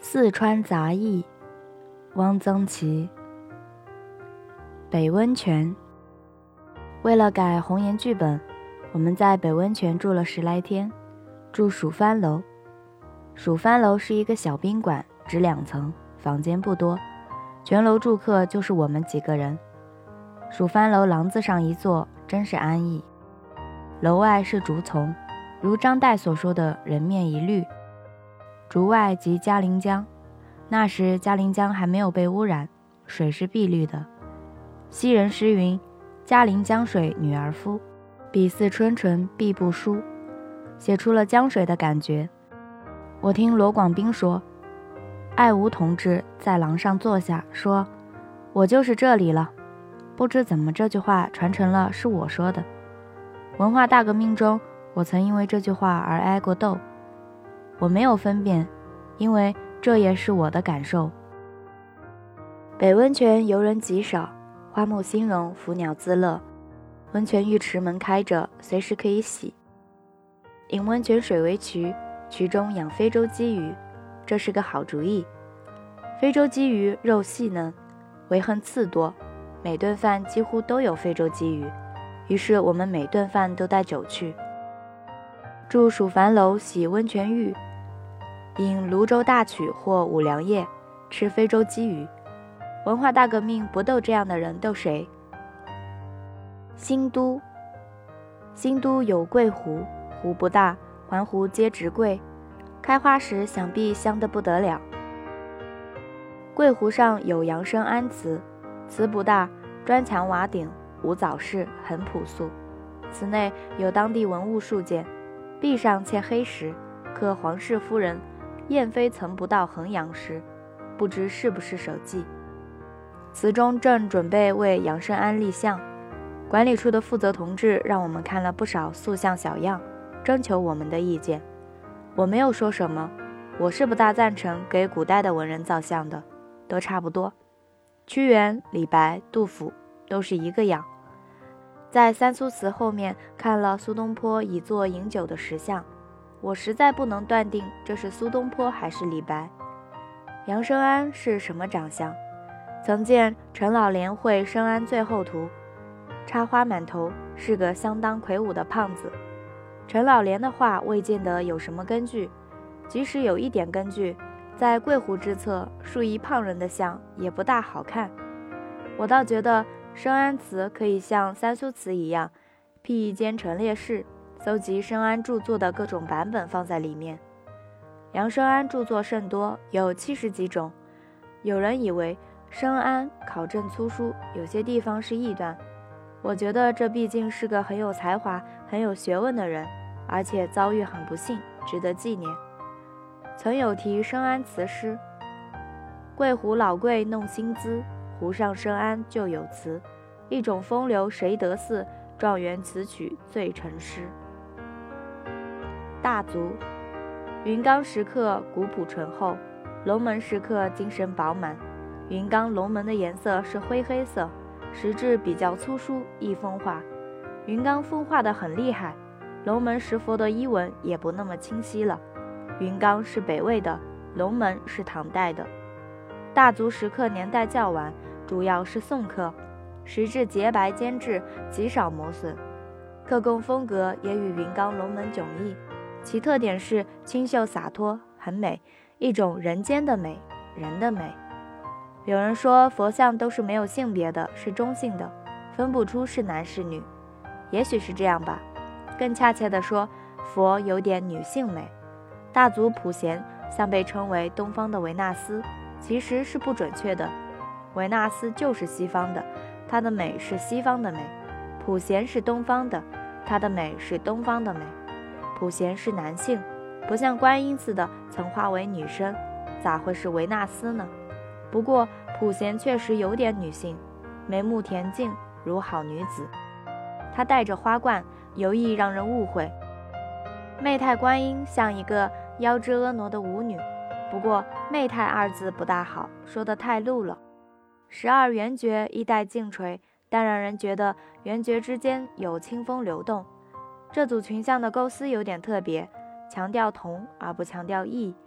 四川杂役，汪曾祺。北温泉。为了改红岩剧本，我们在北温泉住了10来天，住蜀帆楼。蜀帆楼是一个小宾馆，只2层，房间不多，全楼住客就是我们几个人。蜀帆楼廊子上一坐，真是安逸。楼外是竹丛，如张岱所说的人面一绿。竹外即嘉陵江，那时嘉陵江还没有被污染，水是碧绿的。昔人诗云：嘉陵江水女儿肤，笔似春唇碧不输，写出了江水的感觉。我听罗广斌说，爱吾同志在廊上坐下，说：我就是这里了。不知怎么这句话传成了是我说的。文化大革命中，我曾因为这句话而挨过斗。我没有分辨，因为这也是我的感受。北温泉游人极少，花木兴荣，浮鸟自乐。温泉浴池门开着，随时可以洗。引温泉水为渠，渠中养非洲鲫鱼，这是个好主意。非洲鲫鱼肉细嫩，唯恨刺多，每顿饭几乎都有非洲鲫鱼，于是我们每顿饭都带酒去。住蜀帆楼洗温泉浴，饮泸州大曲或五粮液，吃非洲鲫鱼。文化大革命不斗这样的人，斗谁？新都。新都有桂湖，湖不大，环湖皆植桂，开花时想必香得不得了。桂湖上有杨生安祠，祠不大，砖墙瓦顶，无早市，很朴素。祠内有当地文物数件，壁上嵌黑石，刻皇室夫人燕飞曾不到衡阳时，不知是不是手迹。祠中正准备为杨生安立像，管理处的负责同志让我们看了不少塑像小样，征求我们的意见。我没有说什么，我是不大赞成给古代的文人造像的，都差不多。屈原、李白、杜甫都是一个样。在三苏祠后面看了苏东坡以座饮酒的石像，我实在不能断定这是苏东坡还是李白。杨生安是什么长相？曾见陈老莲绘生安最后图，插花满头，是个相当魁梧的胖子。陈老莲的画未见得有什么根据，即使有一点根据，在桂湖之侧树一胖人的像也不大好看。我倒觉得生安祠可以像三苏祠一样，辟一间陈列室，搜集生安著作的各种版本放在里面。杨生安著作甚多，有70几种。有人以为生安考证粗疏，有些地方是异端。我觉得这毕竟是个很有才华、很有学问的人，而且遭遇很不幸，值得纪念。曾有题生安祠诗：桂湖老贵弄新姿，湖上生安就有词。一种风流谁得似？状元此曲最成诗。大足。云冈石刻古朴醇厚，龙门石刻精神饱满。云冈龙门的颜色是灰黑色，石质比较粗疏，易风化。云冈风化得很厉害，龙门石佛的衣纹也不那么清晰了。云冈是北魏的，龙门是唐代的。大足石刻年代较晚，主要是宋刻，石质洁白坚质，极少磨损。刻工风格也与云冈龙门迥异，其特点是清秀洒脱，很美，一种人间的美，人的美。有人说佛像都是没有性别的，是中性的，分不出是男是女。也许是这样吧，更恰切地说，佛有点女性美。大足普贤像被称为东方的维纳斯，其实是不准确的。维纳斯就是西方的，她的美是西方的美；普贤是东方的，她的美是东方的美。普贤是男性，不像观音似的曾化为女生，咋会是维纳斯呢？不过普贤确实有点女性，眉目恬静，如好女子。她戴着花冠，有意让人误会。媚态观音像一个腰肢婀娜的舞女，不过媚态2字不大好，说得太露了。12圆觉一带净垂，但让人觉得圆觉之间有清风流动。这组群像的构思有点特别，强调同而不强调异。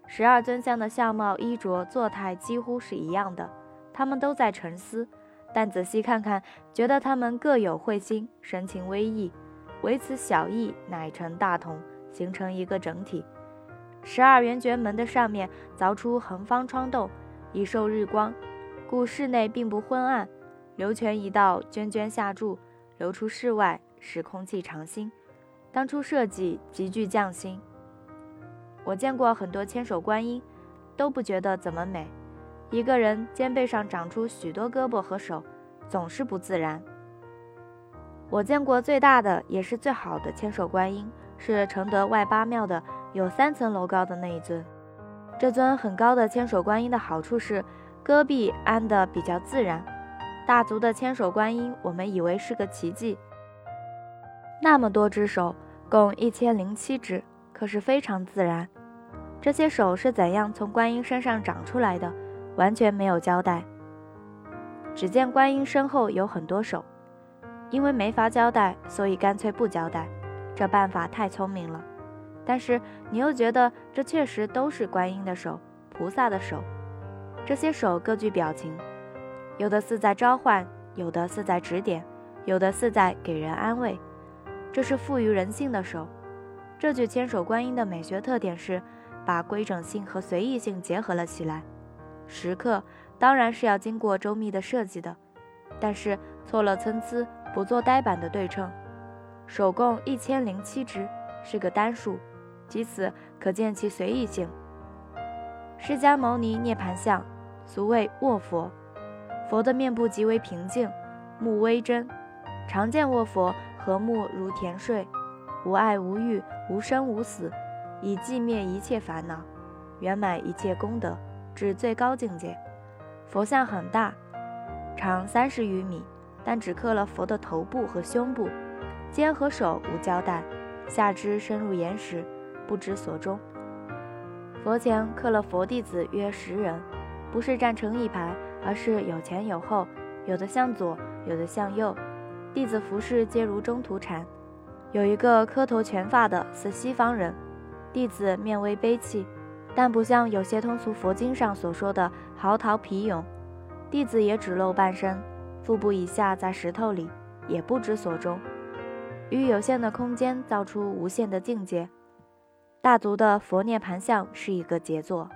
12尊像的相貌、衣着、作态几乎是一样的，他们都在沉思，但仔细看看，觉得他们各有慧心，神情微异，唯此小异，乃成大同，形成一个整体。12圆觉门的上面凿出横方窗洞，以受日光，故室内并不昏暗。流泉一道涓涓下注，流出室外，使空气常新。当初设计极具匠心。我见过很多千手观音，都不觉得怎么美。一个人肩背上长出许多胳膊和手，总是不自然。我见过最大的也是最好的千手观音，是承德外八庙的有3层楼高的那一尊。这尊很高的千手观音的好处是胳臂安得比较自然。大足的千手观音我们以为是个奇迹，那么多只手，共1007只，可是非常自然。这些手是怎样从观音身上长出来的，完全没有交代。只见观音身后有很多手，因为没法交代，所以干脆不交代。这办法太聪明了，但是你又觉得这确实都是观音的手，菩萨的手。这些手各具表情，有的似在召唤，有的似在指点，有的似在给人安慰。这是赋予人性的手。这具千手观音的美学特点是把规整性和随意性结合了起来。石刻当然是要经过周密的设计的，但是错了参差，不做呆板的对称。手共1007只，是个单数，即此可见其随意性。释迦牟尼涅盘像，俗谓卧佛，佛的面部极为平静，目微睁，常见卧佛和睦如甜睡，无爱无欲，无生无死，以寂灭一切烦恼，圆满一切功德，至最高境界。佛像很大，长30余米，但只刻了佛的头部和胸部，肩和手无交代，下肢深入岩石，不知所终。佛前刻了佛弟子约10人，不是站成一排，而是有前有后，有的向左，有的向右，弟子服饰皆如中途禅。有一个磕头全发的，似西方人，弟子面微悲戚，但不像有些通俗佛经上所说的嚎啕皮勇。弟子也只露半身，腹部以下在石头里，也不知所终。于有限的空间造出无限的境界。大足的佛涅盘像是一个杰作。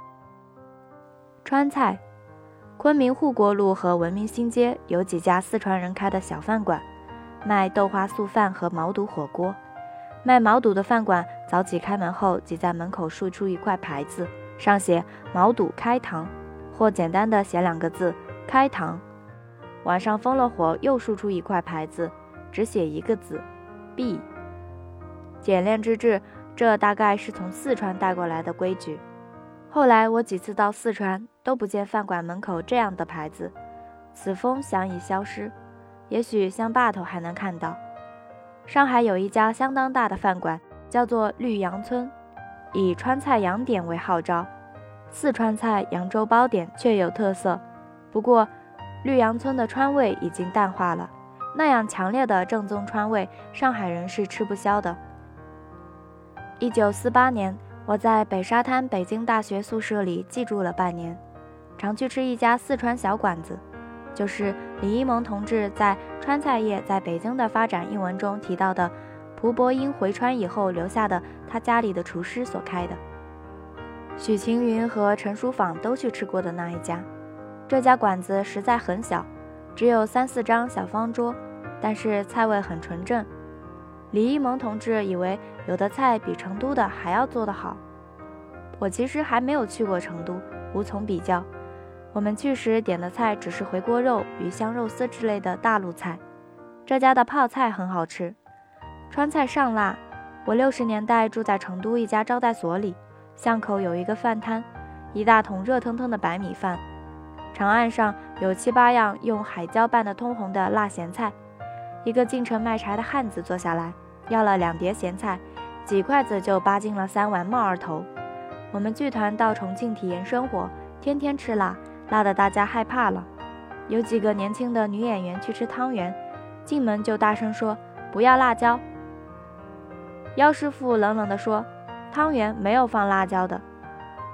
川菜，昆明护国路和文明新街有几家四川人开的小饭馆，卖豆花素饭和毛肚火锅。卖毛肚的饭馆早起开门后，即在门口竖出一块牌子，上写毛肚开堂，或简单的写2个字开堂。晚上封了火，又竖出一块牌子，只写1个字闭。简练之至，这大概是从四川带过来的规矩。后来我几次到四川，都不见饭馆门口这样的牌子，此风想已消失，也许乡坝头还能看到。上海有一家相当大的饭馆，叫做绿杨村，以川菜洋点为号召，四川菜扬州包点确有特色。不过绿杨村的川味已经淡化了，那样强烈的正宗川味，上海人是吃不消的。1948年，我在北沙滩北京大学宿舍里寄住了半年，常去吃一家四川小馆子，就是李一萌同志在《川菜业在北京的发展》一文中提到的蒲伯英回川以后留下的他家里的厨师所开的。许晴云和陈淑坊都去吃过的那一家。这家馆子实在很小，只有3、4张小方桌，但是菜味很纯正。李一萌同志以为有的菜比成都的还要做得好。我其实还没有去过成都，无从比较。我们去时点的菜只是回锅肉、鱼香肉丝之类的大陆菜。这家的泡菜很好吃，川菜上辣。我60年代住在成都一家招待所里，巷口有一个饭摊，一大桶热腾腾的白米饭，长案上有7、8样用海椒拌得通红的辣咸菜。一个进城卖柴的汉子坐下来，要了2碟咸菜，几筷子就扒进了3碗帽儿头。我们剧团到重庆体验生活，天天吃辣，辣得大家害怕了。有几个年轻的女演员去吃汤圆，进门就大声说不要辣椒。姚师傅冷冷地说汤圆没有放辣椒的。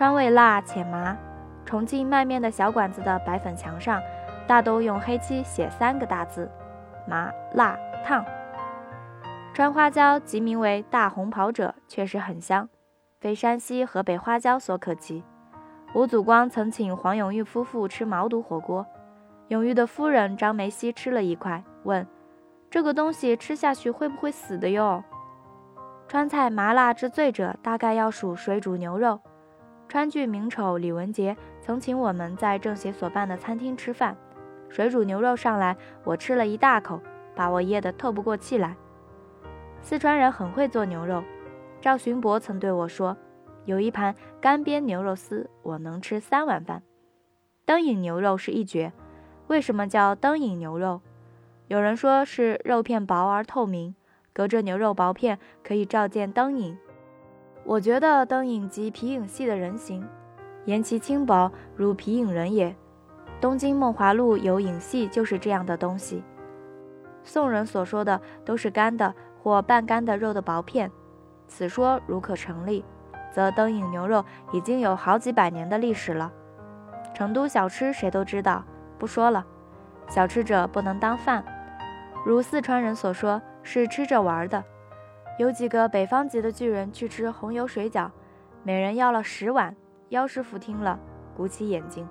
川味辣且麻。重庆卖面的小馆子的白粉墙上，大都用黑漆写3个大字：麻辣烫。川花椒即名为大红袍者，确实很香，非山西、河北花椒所可及。吴祖光曾请黄永玉夫妇吃毛肚火锅，永玉的夫人张梅溪吃了一块，问：这个东西吃下去会不会死的哟？川菜麻辣之最者，大概要数水煮牛肉。川剧名丑李文杰曾请我们在政协所办的餐厅吃饭，水煮牛肉上来，我吃了一大口，把我噎得透不过气来。四川人很会做牛肉，赵寻伯曾对我说，有一盘干煸牛肉丝，我能吃3碗饭。灯影牛肉是一绝，为什么叫灯影牛肉？有人说是肉片薄而透明，隔着牛肉薄片可以照见灯影。我觉得灯影即皮影戏的人形，言其轻薄，如皮影人也。东京梦华录有影戏就是这样的东西。宋人所说的都是干的或半干的肉的薄片，此说如可成立，则灯影牛肉已经有好几百年的历史了。成都小吃谁都知道，不说了，小吃者不能当饭，如四川人所说是吃着玩的。有几个北方籍的巨人去吃红油水饺，每人要了10碗，姚师傅听了鼓起眼睛。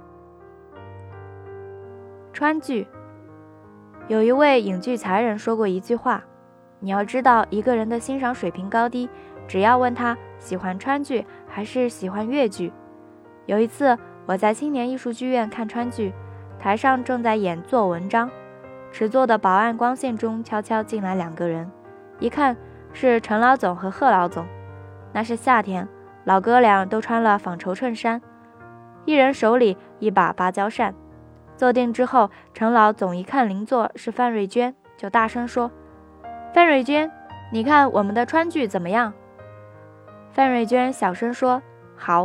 川剧，有一位影剧才人说过一句话，你要知道一个人的欣赏水平高低，只要问他喜欢川剧还是喜欢粤剧。有一次我在青年艺术剧院看川剧，台上正在演做文章，池座的保安光线中悄悄进来2个人，一看是陈老总和贺老总。那是夏天，老哥俩都穿了纺绸衬衫，一人手里一把芭蕉扇。坐定之后，陈老总一看邻座是范瑞娟，就大声说：范瑞娟，你看我们的川剧怎么样？范瑞娟小声说：好。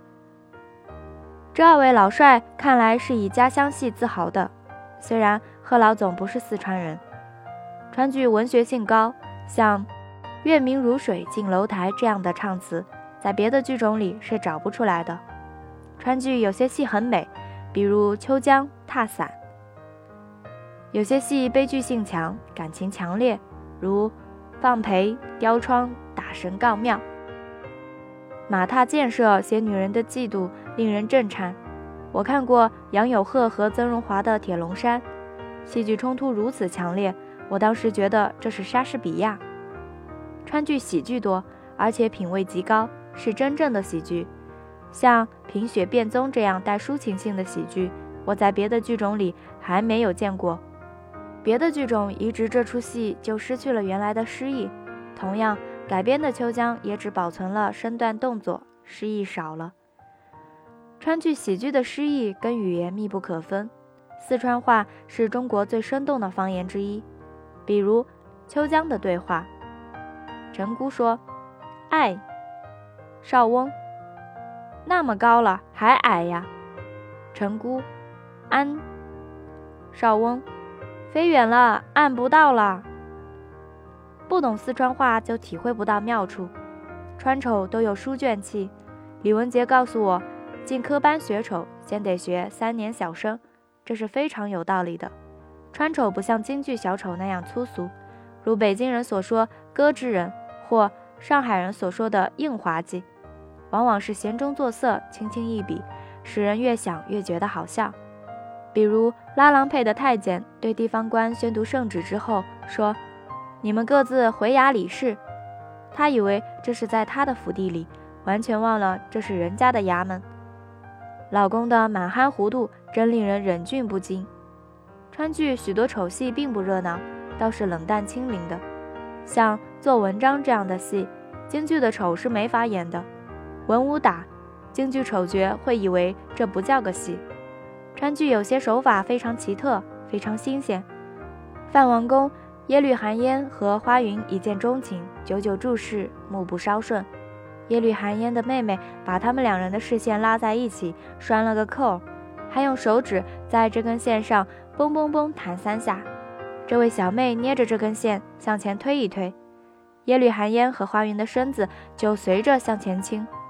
这2位老帅看来是以家乡戏自豪的，虽然贺老总不是四川人。川剧文学性高，像月明如水进楼台这样的唱词，在别的剧种里是找不出来的。川剧有些戏很美，比如秋江、踏伞。有些戏悲剧性强，感情强烈，如放陪、雕窗、打神告庙。马踏建设写女人的嫉妒，令人震颤。我看过杨有鹤和曾荣华的《铁笼山》，戏剧冲突如此强烈，我当时觉得这是莎士比亚。川剧喜剧多，而且品味极高，是真正的喜剧。像《贫血变宗》这样带抒情性的喜剧，我在别的剧种里还没有见过。别的剧种移植这出戏就失去了原来的诗意，同样改编的秋江也只保存了身段动作，诗意少了。川剧喜剧的诗意跟语言密不可分，四川话是中国最生动的方言之一。比如秋江的对话，陈姑说：爱少翁，那么高了还矮呀。陈姑：安少翁，飞远了按不到了。不懂四川话就体会不到妙处。川丑都有书卷气，李文杰告诉我，进科班学丑先得学3年小生，这是非常有道理的。川丑不像京剧小丑那样粗俗，如北京人所说歌之人，或上海人所说的硬滑稽，往往是闲中作色，轻轻一笔，使人越想越觉得好笑。比如拉郎配的太监对地方官宣读圣旨之后说：你们各自回衙理事。他以为这是在他的府邸里，完全忘了这是人家的衙门。老公的满憨糊涂真令人忍俊不禁。川剧许多丑戏并不热闹，倒是冷淡清灵的。像做文章这样的戏，京剧的丑是没法演的。文武打，京剧丑角会以为这不叫个戏。川剧有些手法非常奇特，非常新鲜。范王公、耶律寒烟和花云一见钟情，久久注视，目不稍顺。耶律寒烟的妹妹把他们2人的视线拉在一起，拴了个扣，还用手指在这根线上嘣嘣嘣弹3下。这位小妹捏着这根线向前推一推，耶律寒烟和花云的身子就随着向前倾，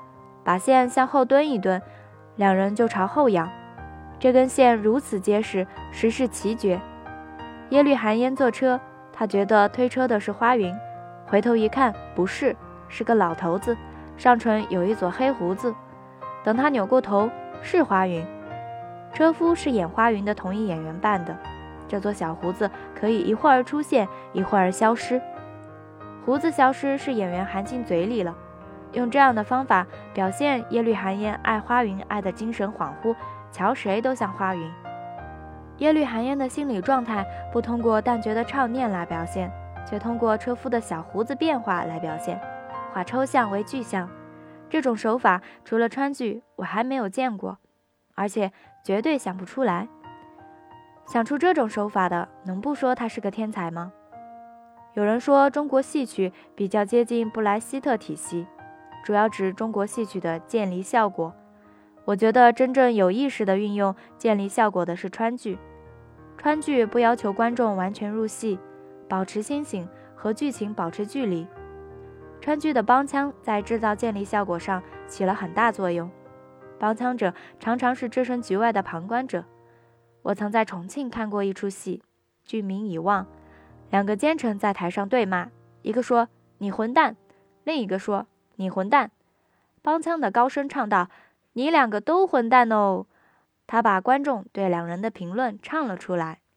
把线向后蹲一蹲，两人就朝后仰。这根线如此结实，实是奇绝。耶律寒烟坐车，他觉得推车的是花云，回头一看，不是，是个老头子，上唇有一撮黑胡子。等他扭过头，是花云。车夫是演花云的同一演员扮的，这撮小胡子可以一会儿出现，一会儿消失。胡子消失是演员含进嘴里了，用这样的方法表现耶律寒烟爱花云爱得精神恍惚，瞧谁都像花云。耶律寒烟的心理状态不通过淡绝的唱念来表现，却通过车夫的小胡子变化来表现，化抽象为具象。这种手法除了川剧我还没有见过，而且绝对想不出来。想出这种手法的，能不说他是个天才吗？有人说中国戏曲比较接近布莱希特体系，主要指中国戏曲的渐离效果。我觉得真正有意识地运用渐离效果的是川剧。川剧不要求观众完全入戏，保持清醒，和剧情保持距离。川剧的帮腔在制造渐离效果上起了很大作用，帮腔者常常是置身局外的旁观者。我曾在重庆看过一出戏，剧名已忘，两个奸臣在台上对骂，一个说你混蛋，另一个说你混蛋。帮腔的高声唱道，你两个都混蛋哦。他把观众对两人的评论唱了出来。